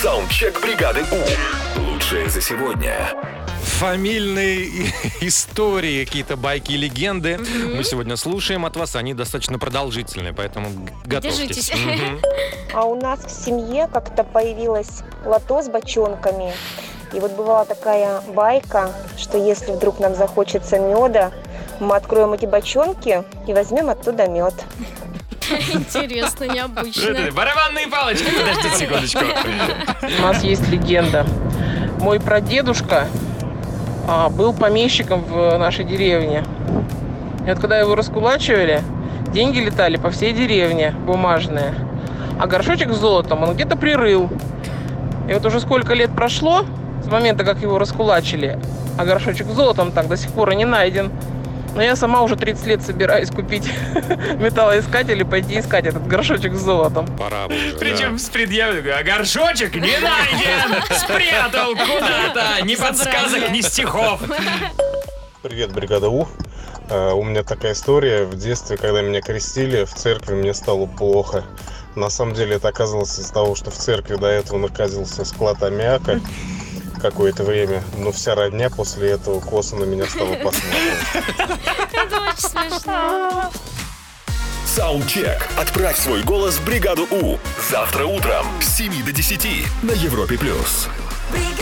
Саундчек бригады У. Лучшее за сегодня. Фамильные истории, какие-то байки и легенды мы сегодня слушаем от вас. Они достаточно продолжительные, поэтому готовьтесь. Держитесь. А у нас в семье как-то появилось лото с бочонками. И вот бывала такая байка, что если вдруг нам захочется меда, мы откроем эти бочонки и возьмем оттуда мед. Интересно, необычно. Барабанные палочки, подождите секундочку. У нас есть легенда. Мой прадедушка был помещиком в нашей деревне. И вот когда его раскулачивали, деньги летали по всей деревне, бумажные. А горшочек с золотом он где-то прирыл. И вот уже сколько лет прошло с момента, как его раскулачили, а горшочек с золотом так до сих пор и не найден. Но я сама уже 30 лет собираюсь купить металлоискатель и пойти искать этот горшочек с золотом. Пора бы уже, Причем с предъявой, а горшочек не найден, спрятал куда-то, ни подсказок, ни стихов. Привет, бригада У. У меня такая история. В детстве, когда меня крестили, в церкви мне стало плохо. На самом деле это оказалось из-за того, что в церкви до этого находился склад аммиака какое-то время, но вся родня после этого косо на меня стала посматривать. Это очень смешно. Саундчек. Отправь свой голос в бригаду У. Завтра утром с 7 до 10 на Европе+.